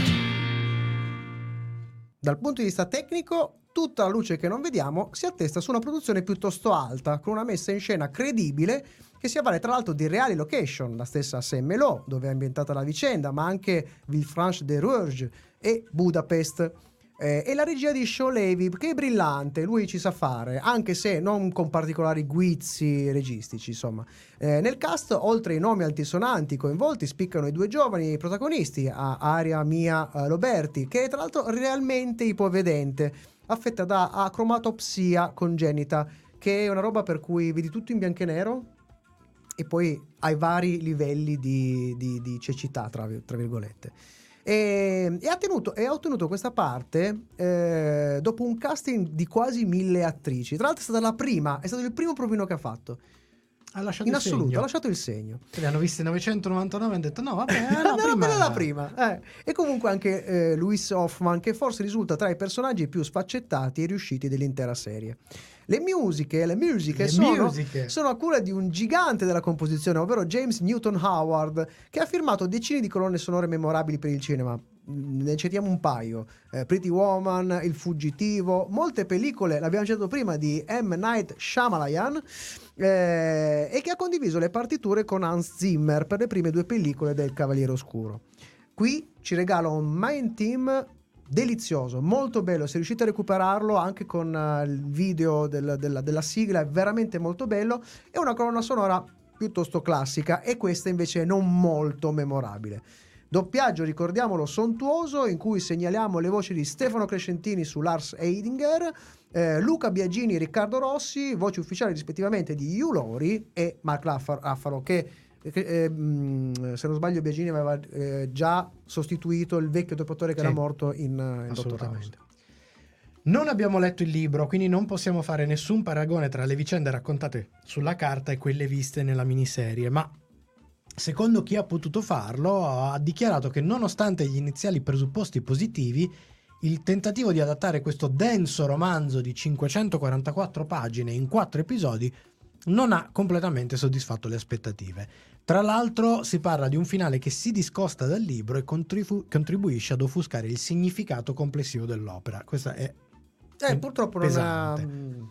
Dal punto di vista tecnico, tutta la luce che non vediamo si attesta su una produzione piuttosto alta, con una messa in scena credibile che si avvale tra l'altro di reali location, la stessa Saint-Malo, dove è ambientata la vicenda, ma anche Villefranche-de-Rouergue e Budapest. E la regia di Shaw Levy, che è brillante, lui ci sa fare, anche se non con particolari guizzi registici, insomma. Nel cast, oltre ai nomi altisonanti coinvolti, spiccano i due giovani protagonisti, Aria Mia Loberti, che è tra l'altro realmente ipovedente, affetta da acromatopsia congenita, che è una roba per cui vedi tutto in bianco e nero e poi hai vari livelli di cecità, tra virgolette. E ha ottenuto questa parte dopo un casting di quasi 1000 attrici. Tra l'altro è stato il primo provino che ha fatto. Ha lasciato in il assoluto, segno. Ha lasciato il segno. Le hanno viste 999 e hanno detto no, vabbè, la prima. E comunque anche Louis Hoffman, che forse risulta tra i personaggi più sfaccettati e riusciti dell'intera serie. Le musiche sono a cura di un gigante della composizione, ovvero James Newton Howard, che ha firmato decine di colonne sonore memorabili per il cinema. Ne citiamo un paio: Pretty Woman, Il Fuggitivo, molte pellicole, l'abbiamo citato prima, di M. Night Shyamalan, e che ha condiviso le partiture con Hans Zimmer per le prime due pellicole del Cavaliere Oscuro. Qui ci regala un main team delizioso, molto bello. Se riuscite a recuperarlo anche con il video della sigla, è veramente molto bello. È una colonna sonora piuttosto classica, e questa invece è non molto memorabile. Doppiaggio, ricordiamolo, sontuoso, in cui segnaliamo le voci di Stefano Crescentini su Lars Eidinger, Luca Biagini, Riccardo Rossi, voci ufficiali rispettivamente di Hugh Laurie e Mark Ruffalo, che se non sbaglio Biagini aveva già sostituito il vecchio doppiatore che era morto in Dottor House. Non abbiamo letto il libro, quindi non possiamo fare nessun paragone tra le vicende raccontate sulla carta e quelle viste nella miniserie, ma secondo chi ha potuto farlo ha dichiarato che, nonostante gli iniziali presupposti positivi, il tentativo di adattare questo denso romanzo di 544 pagine in 4 episodi non ha completamente soddisfatto le aspettative. Tra l'altro si parla di un finale che si discosta dal libro e contribuisce ad offuscare il significato complessivo dell'opera. Questa è purtroppo pesante.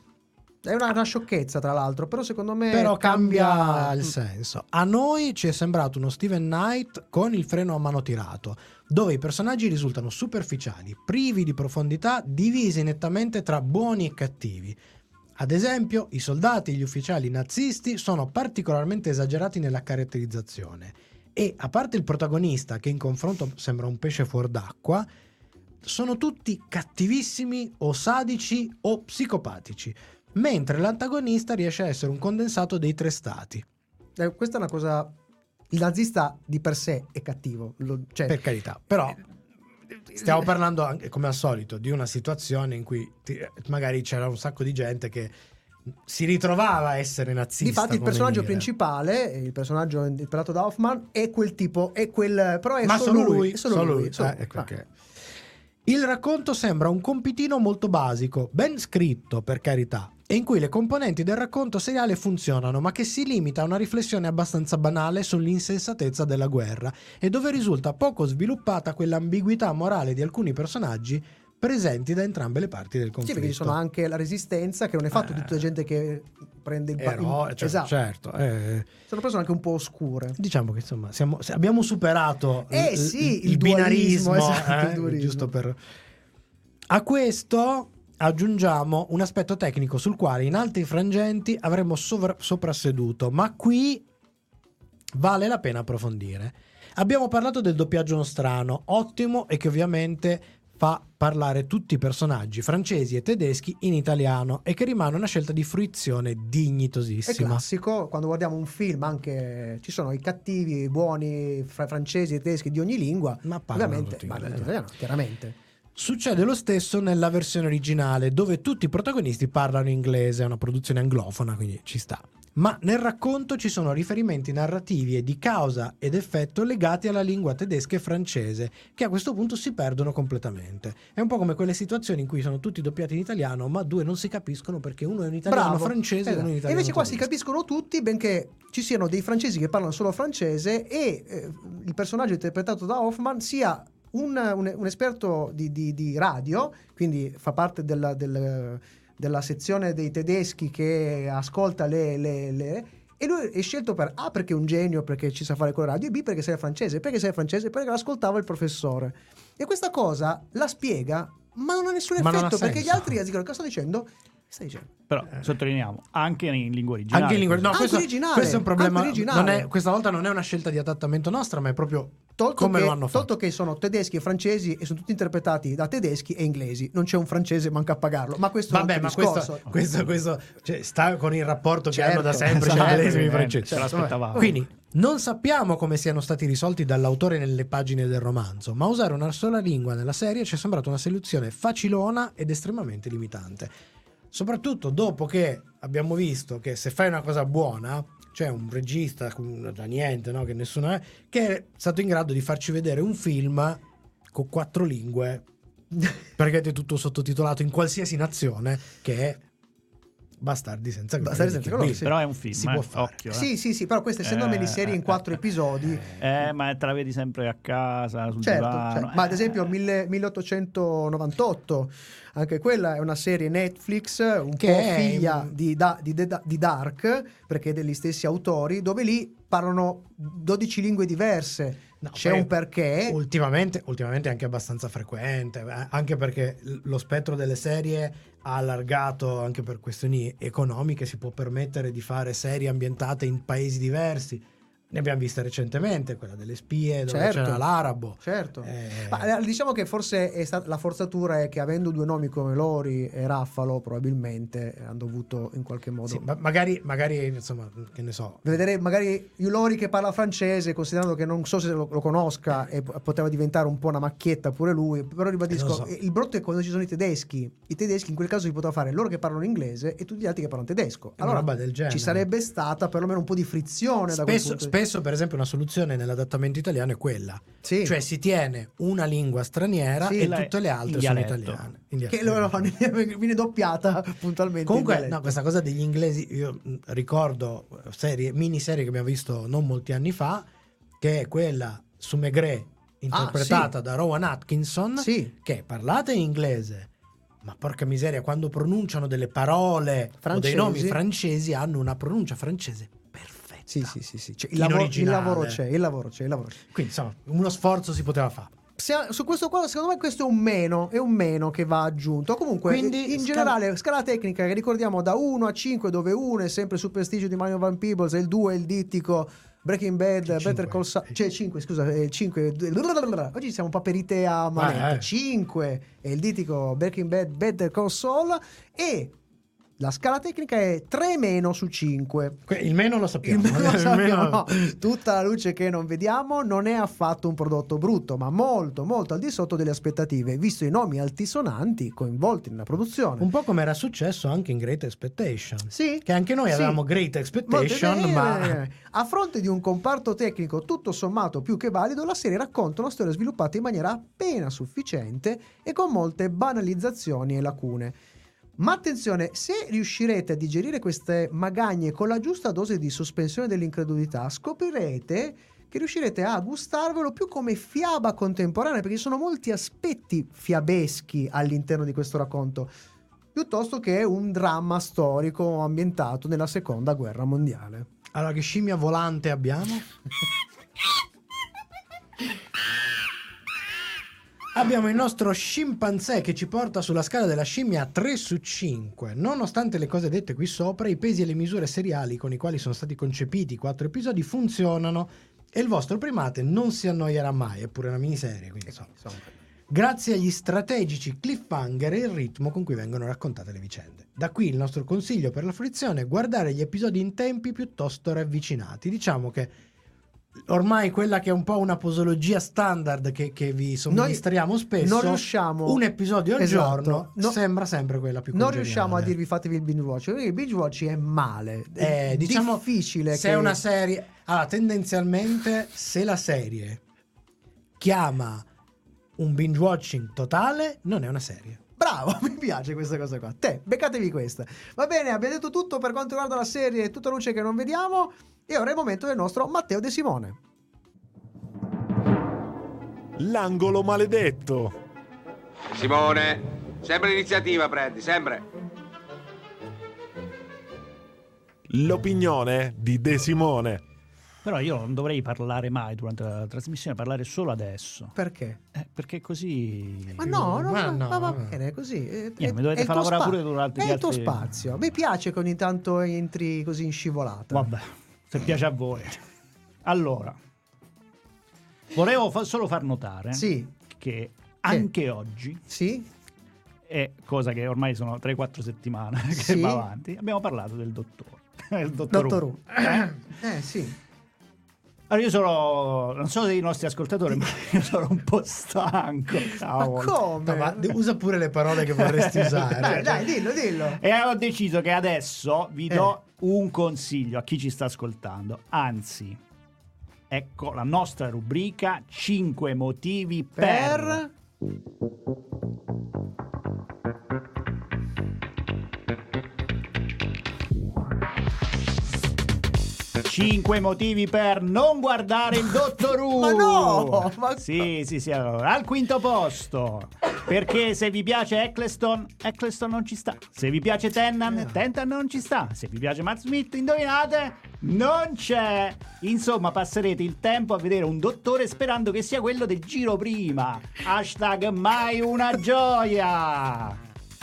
È una sciocchezza, tra l'altro, però secondo me cambia il senso. A noi ci è sembrato uno Steven Knight con il freno a mano tirato, dove i personaggi risultano superficiali, privi di profondità, divisi nettamente tra buoni e cattivi. Ad esempio, i soldati e gli ufficiali nazisti sono particolarmente esagerati nella caratterizzazione e, a parte il protagonista, che in confronto sembra un pesce fuor d'acqua, sono tutti cattivissimi o sadici o psicopatici, mentre l'antagonista riesce a essere un condensato dei 3 stati. Questa è una cosa... Il nazista di per sé è cattivo, per carità, però stiamo parlando anche, come al solito, di una situazione in cui magari c'era un sacco di gente che si ritrovava a essere nazista. Difatti il personaggio principale, il personaggio interpretato da Hoffman, è quel tipo, però è solo lui. Ecco che. Il racconto sembra un compitino molto basico, ben scritto per carità, e in cui le componenti del racconto seriale funzionano, ma che si limita a una riflessione abbastanza banale sull'insensatezza della guerra, e dove risulta poco sviluppata quell'ambiguità morale di alcuni personaggi presenti da entrambe le parti del Sì, conflitto. perché ci sono anche la resistenza, che non è fatto di tutta gente che prende il esatto. Certo. Sono persone anche un po' oscure. Diciamo che insomma abbiamo superato il dualismo, binarismo, esatto, il dualismo. Giusto per... A questo aggiungiamo un aspetto tecnico sul quale in altri frangenti avremmo soprasseduto, ma qui vale la pena approfondire. Abbiamo parlato del doppiaggio nostrano, ottimo, e che ovviamente fa parlare tutti i personaggi francesi e tedeschi in italiano, e che rimane una scelta di fruizione dignitosissima. È classico, quando guardiamo un film anche ci sono i cattivi, i buoni, francesi e tedeschi di ogni lingua, ma ovviamente parlano italiano, chiaramente. Succede lo stesso nella versione originale, dove tutti i protagonisti parlano inglese, è una produzione anglofona, quindi ci sta. Ma nel racconto ci sono riferimenti narrativi e di causa ed effetto legati alla lingua tedesca e francese, che a questo punto si perdono completamente. È un po' come quelle situazioni in cui sono tutti doppiati in italiano, ma due non si capiscono perché uno è un italiano francese e uno è un italiano. E invece qua si tedesco. capiscono tutti, benché ci siano dei francesi che parlano solo francese e il personaggio interpretato da Hoffman sia un esperto di radio, quindi fa parte della sezione dei tedeschi che ascolta e lui è scelto per A perché è un genio, perché ci sa fare con la radio, e B perché sei francese. Perché l'ascoltava il professore, e questa cosa la spiega, ma non ha nessun effetto, perché gli altri dicono: cosa sta dicendo? Stai dicendo? Però sottolineiamo anche in lingua originale. Anche in lingua no, questo è un problema. Questa volta non è una scelta di adattamento nostra, ma è proprio lo hanno fatto. Tolto che sono tedeschi e francesi e sono tutti interpretati da tedeschi e inglesi, non c'è un francese manca a pagarlo. Ma questo è un discorso. Questo cioè, sta con il rapporto che hanno da sempre gli inglesi e i francesi. Quindi non sappiamo come siano stati risolti dall'autore nelle pagine del romanzo, ma usare una sola lingua nella serie ci è sembrata una soluzione facilona ed estremamente limitante. Soprattutto dopo che abbiamo visto che se fai una cosa buona, c'è un regista da niente, no? Che nessuno è, che è stato in grado di farci vedere un film con 4 lingue perché è tutto sottotitolato in qualsiasi nazione, che è Bastardi senza gloria. Sì. Però è un film, si può fare. Occhio, Sì, però questa essendo una miniserie in 4 episodi, ma te la vedi sempre a casa sul certo. divano. Ma ad esempio 1898, anche quella è una serie Netflix un po' figlia di Dark, perché è degli stessi autori, dove lì parlano 12 lingue diverse. No, c'è un perché. Ultimamente è anche abbastanza frequente, anche perché lo spettro delle serie ha allargato anche per questioni economiche, si può permettere di fare serie ambientate in paesi diversi. Ne abbiamo viste recentemente, quella delle spie, dove c'era l'arabo. Certo. Ma diciamo che forse la forzatura è che, avendo due nomi come Lori e Raffalo, probabilmente hanno dovuto in qualche modo. Sì, magari insomma, che ne so. Vedere magari Lori che parla francese, considerando che non so se lo conosca, e poteva diventare un po' una macchietta pure lui. Però ribadisco, il brutto è quando ci sono i tedeschi. I tedeschi in quel caso si poteva fare loro che parlano inglese e tutti gli altri che parlano tedesco. Allora una roba del genere. Ci sarebbe stata perlomeno un po' di frizione da quel punto. Spesso, per esempio, una soluzione nell'adattamento italiano è quella, cioè si tiene una lingua straniera e tutte le altre sono italiane. Che loro fanno, viene doppiata puntualmente. Comunque, no, questa cosa degli inglesi, io ricordo miniserie che abbiamo visto non molti anni fa, che è quella su Maigret, interpretata da Rowan Atkinson, che parlata in inglese, ma porca miseria, quando pronunciano delle parole o dei nomi francesi hanno una pronuncia francese. Sì. Cioè, il lavoro c'è. Quindi insomma, uno sforzo si poteva fare. Su questo qua, secondo me, questo è un meno che va aggiunto. Comunque, quindi, in generale, scala tecnica che ricordiamo da 1 a 5, dove 1 è sempre Sul prestigio di Mario Van Peebles e il 2 è il dittico Breaking Bad, Better Call Saul. Cioè 5, scusa, il 5. Oggi siamo un po' perite a manetta. 5 è il dittico Breaking Bad, Better Call Saul, e la scala tecnica è 3- su 5. Il meno lo sappiamo. No. Tutta la luce che non vediamo, non è affatto un prodotto brutto, ma molto molto al di sotto delle aspettative, visto i nomi altisonanti coinvolti nella produzione. Un po' come era successo anche in Great Expectation. Sì. Che anche noi avevamo Great Expectation, ma a fronte di un comparto tecnico tutto sommato più che valido, la serie racconta una storia sviluppata in maniera appena sufficiente e con molte banalizzazioni e lacune. Ma attenzione, se riuscirete a digerire queste magagne con la giusta dose di sospensione dell'incredulità, scoprirete che che riuscirete a gustarvelo più come fiaba contemporanea, perché ci sono molti aspetti fiabeschi all'interno di questo racconto, piuttosto che un dramma storico ambientato nella seconda guerra mondiale. Allora, che scimmia volante abbiamo? Abbiamo il nostro scimpanzé che ci porta sulla scala della scimmia a 3 su 5. Nonostante le cose dette qui sopra, i pesi e le misure seriali con i quali sono stati concepiti i 4 episodi funzionano e il vostro primate non si annoierà mai, è pure una miniserie, quindi insomma. Grazie agli strategici cliffhanger e il ritmo con cui vengono raccontate le vicende. Da qui il nostro consiglio per la fruizione: guardare gli episodi in tempi piuttosto ravvicinati. Diciamo che ormai quella che è un po' una posologia standard che vi somministriamo spesso, non riusciamo, un episodio al giorno sembra sempre quella più non congeniale. Riusciamo a dirvi fatevi il binge watch, perché il binge watch è male, è diciamo, difficile se è una serie, allora tendenzialmente se la serie chiama un binge watching totale non è una serie. Bravo, mi piace questa cosa qua. Beccatevi questa. Va bene, abbiamo detto tutto per quanto riguarda la serie Tutta luce che non vediamo. E ora è il momento del nostro Matteo De Simone. L'angolo maledetto. Simone, sempre l'iniziativa prendi, sempre. L'opinione di De Simone. Però io non dovrei parlare mai durante la trasmissione, parlare solo adesso. Perché? Perché così... Ma no, va bene, così. Mi dovete far lavorare pure durante gli altri... È il tuo spazio. Mi piace che ogni tanto entri così in scivolata. Vabbè, se piace a voi. Allora, volevo solo far notare che anche oggi... Sì? È cosa che ormai sono 3-4 settimane che va avanti. Abbiamo parlato del dottore. Il dottor Who. Sì. Allora io non so dei nostri ascoltatori, ma io sono un po' stanco. Ma come? No, ma usa pure le parole che vorresti usare. Dai, dillo. E ho deciso che adesso vi do un consiglio a chi ci sta ascoltando. Anzi, ecco la nostra rubrica 5 motivi per... 5 motivi per non guardare il Dottor Who. Ma no! Sì. Allora, al quinto posto, perché se vi piace Eccleston non ci sta. Se vi piace Tennant non ci sta. Se vi piace Matt Smith, indovinate, non c'è. Insomma, passerete il tempo a vedere un dottore sperando che sia quello del giro prima. # mai una gioia.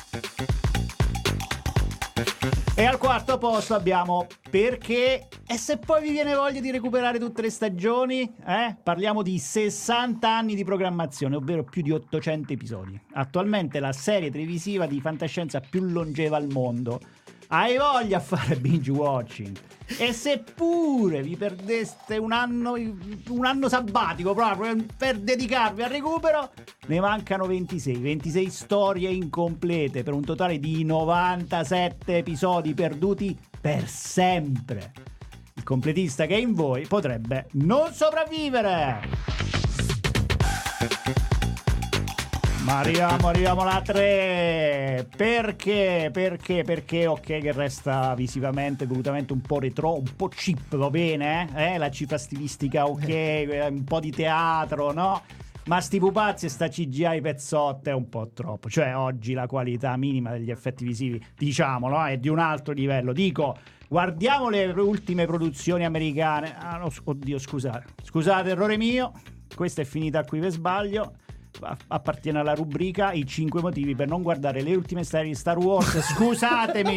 E al quarto posto abbiamo perché, e se poi vi viene voglia di recuperare tutte le stagioni, parliamo di 60 anni di programmazione, ovvero più di 800 episodi. Attualmente la serie televisiva di fantascienza più longeva al mondo. Hai voglia a fare binge watching? E seppure vi perdeste un anno sabbatico proprio per dedicarvi al recupero, ne mancano 26 storie incomplete per un totale di 97 episodi perduti per sempre. Il completista che è in voi potrebbe non sopravvivere. Ma arriviamo alla 3. Perché? Ok, che resta visivamente, volutamente un po' retro, un po' cheap, va bene? La cifra stilistica, ok, un po' di teatro, no? Ma sti pupazzi e sta CGI pezzotte è un po' troppo. Cioè, oggi la qualità minima degli effetti visivi, diciamolo, è di un altro livello. Dico, guardiamo le ultime produzioni americane. Oddio, scusate, errore mio. Questa è finita qui per sbaglio. Appartiene alla rubrica i 5 motivi per non guardare le ultime serie di Star Wars. Scusatemi.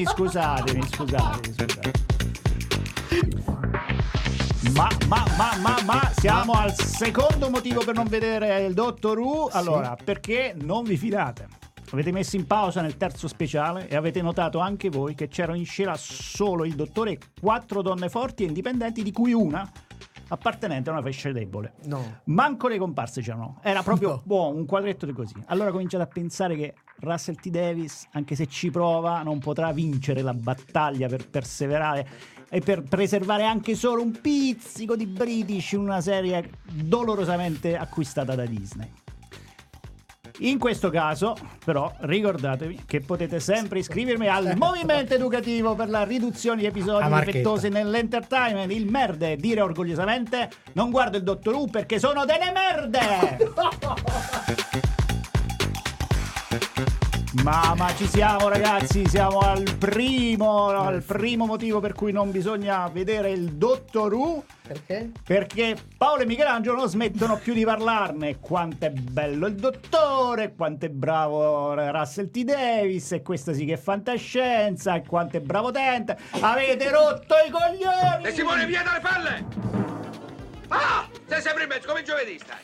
Ma siamo al secondo motivo per non vedere il Dottor Who. Allora, perché non vi fidate? Avete messo in pausa nel terzo speciale e avete notato anche voi che c'erano in scena solo il dottore e 4 donne forti e indipendenti, di cui una appartenente a una fascia debole. No. Manco le comparse c'erano. Era proprio un quadretto di così. Allora cominciate a pensare che Russell T. Davies, anche se ci prova, non potrà vincere la battaglia per perseverare e per preservare anche solo un pizzico di British in una serie dolorosamente acquistata da Disney. In questo caso, però, ricordatevi che potete sempre iscrivervi al movimento educativo per la riduzione di episodi difettosi nell'entertainment. Il merde, dire orgogliosamente: non guardo il Dottor Who perché sono delle merde! Ma ci siamo, ragazzi, siamo al primo motivo per cui non bisogna vedere il Dottor Who. Perché? Perché Paolo e Michelangelo non smettono più di parlarne. Quanto è bello il dottore, quanto è bravo Russell T. Davis, e questa sì che è fantascienza, e quanto è bravo Tent. Avete rotto i coglioni! E Simone, via dalle palle! Ah! Sei sempre in mezzo, come giovedì stai.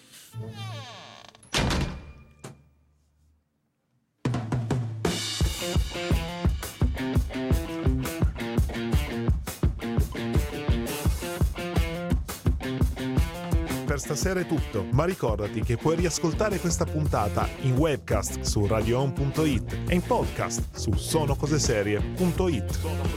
Per stasera è tutto, ma ricordati che puoi riascoltare questa puntata in webcast su radioon.it e in podcast su sonocoseserie.it.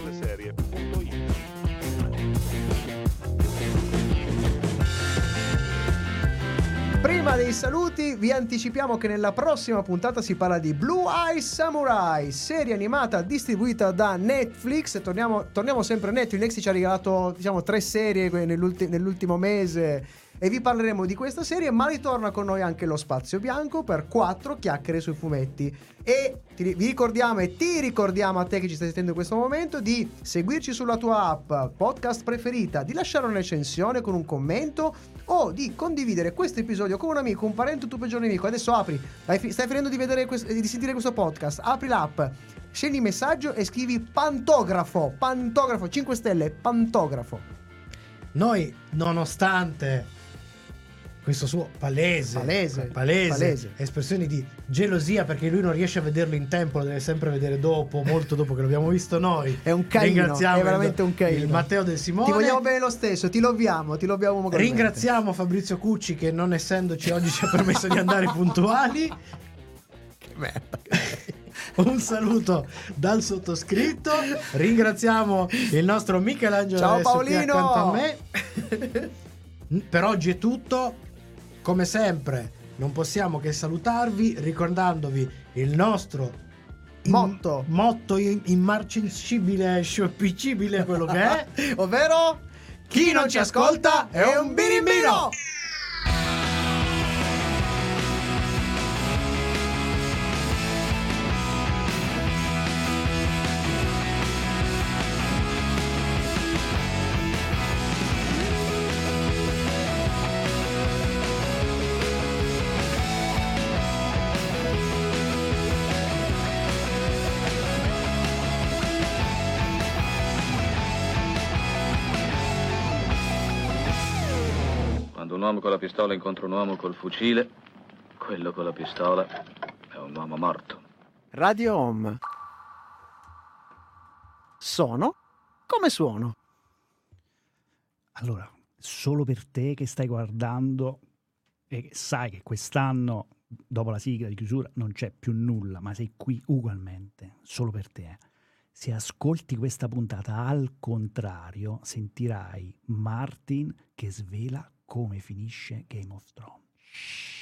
Prima dei saluti vi anticipiamo che nella prossima puntata si parla di Blue Eye Samurai, serie animata distribuita da Netflix. Torniamo sempre a Netflix. Netflix ci ha regalato, diciamo, 3 serie nell'ultimo mese e vi parleremo di questa serie, ma ritorna con noi anche lo Spazio Bianco per 4 chiacchiere sui fumetti. E ti ricordiamo a te che ci stai sentendo in questo momento di seguirci sulla tua app podcast preferita, di lasciare una recensione con un commento o di condividere questo episodio con un amico, un parente, un tuo peggior nemico. Adesso stai finendo di sentire questo podcast, apri l'app, scegli messaggio e scrivi pantografo 5 stelle, pantografo. Noi, nonostante questo suo palese espressioni di gelosia perché lui non riesce a vederlo in tempo, lo deve sempre vedere dopo, molto dopo che l'abbiamo visto noi. È un caino, ringraziamo è veramente un caino. il Matteo Del Simone. Ti vogliamo bene lo stesso, ti loviamo ugualmente. Ringraziamo Fabrizio Cucci che, non essendoci oggi, ci ha permesso di andare puntuali. Che merda. Un saluto dal sottoscritto. Ringraziamo il nostro Michelangelo. Ciao Paolino, accanto a me. Per oggi è tutto. Come sempre non possiamo che salutarvi ricordandovi il nostro motto immarcescibile, sciopicibile, quello che è, ovvero chi non ci ascolta è un birimbino. Un uomo con la pistola incontra un uomo col fucile, quello con la pistola è un uomo morto. Radio Home. Sono come suono. Allora, solo per te che stai guardando e sai che quest'anno, dopo la sigla di chiusura, non c'è più nulla, ma sei qui ugualmente, solo per te. Se ascolti questa puntata al contrario, sentirai Martin che svela come finisce Game of Thrones.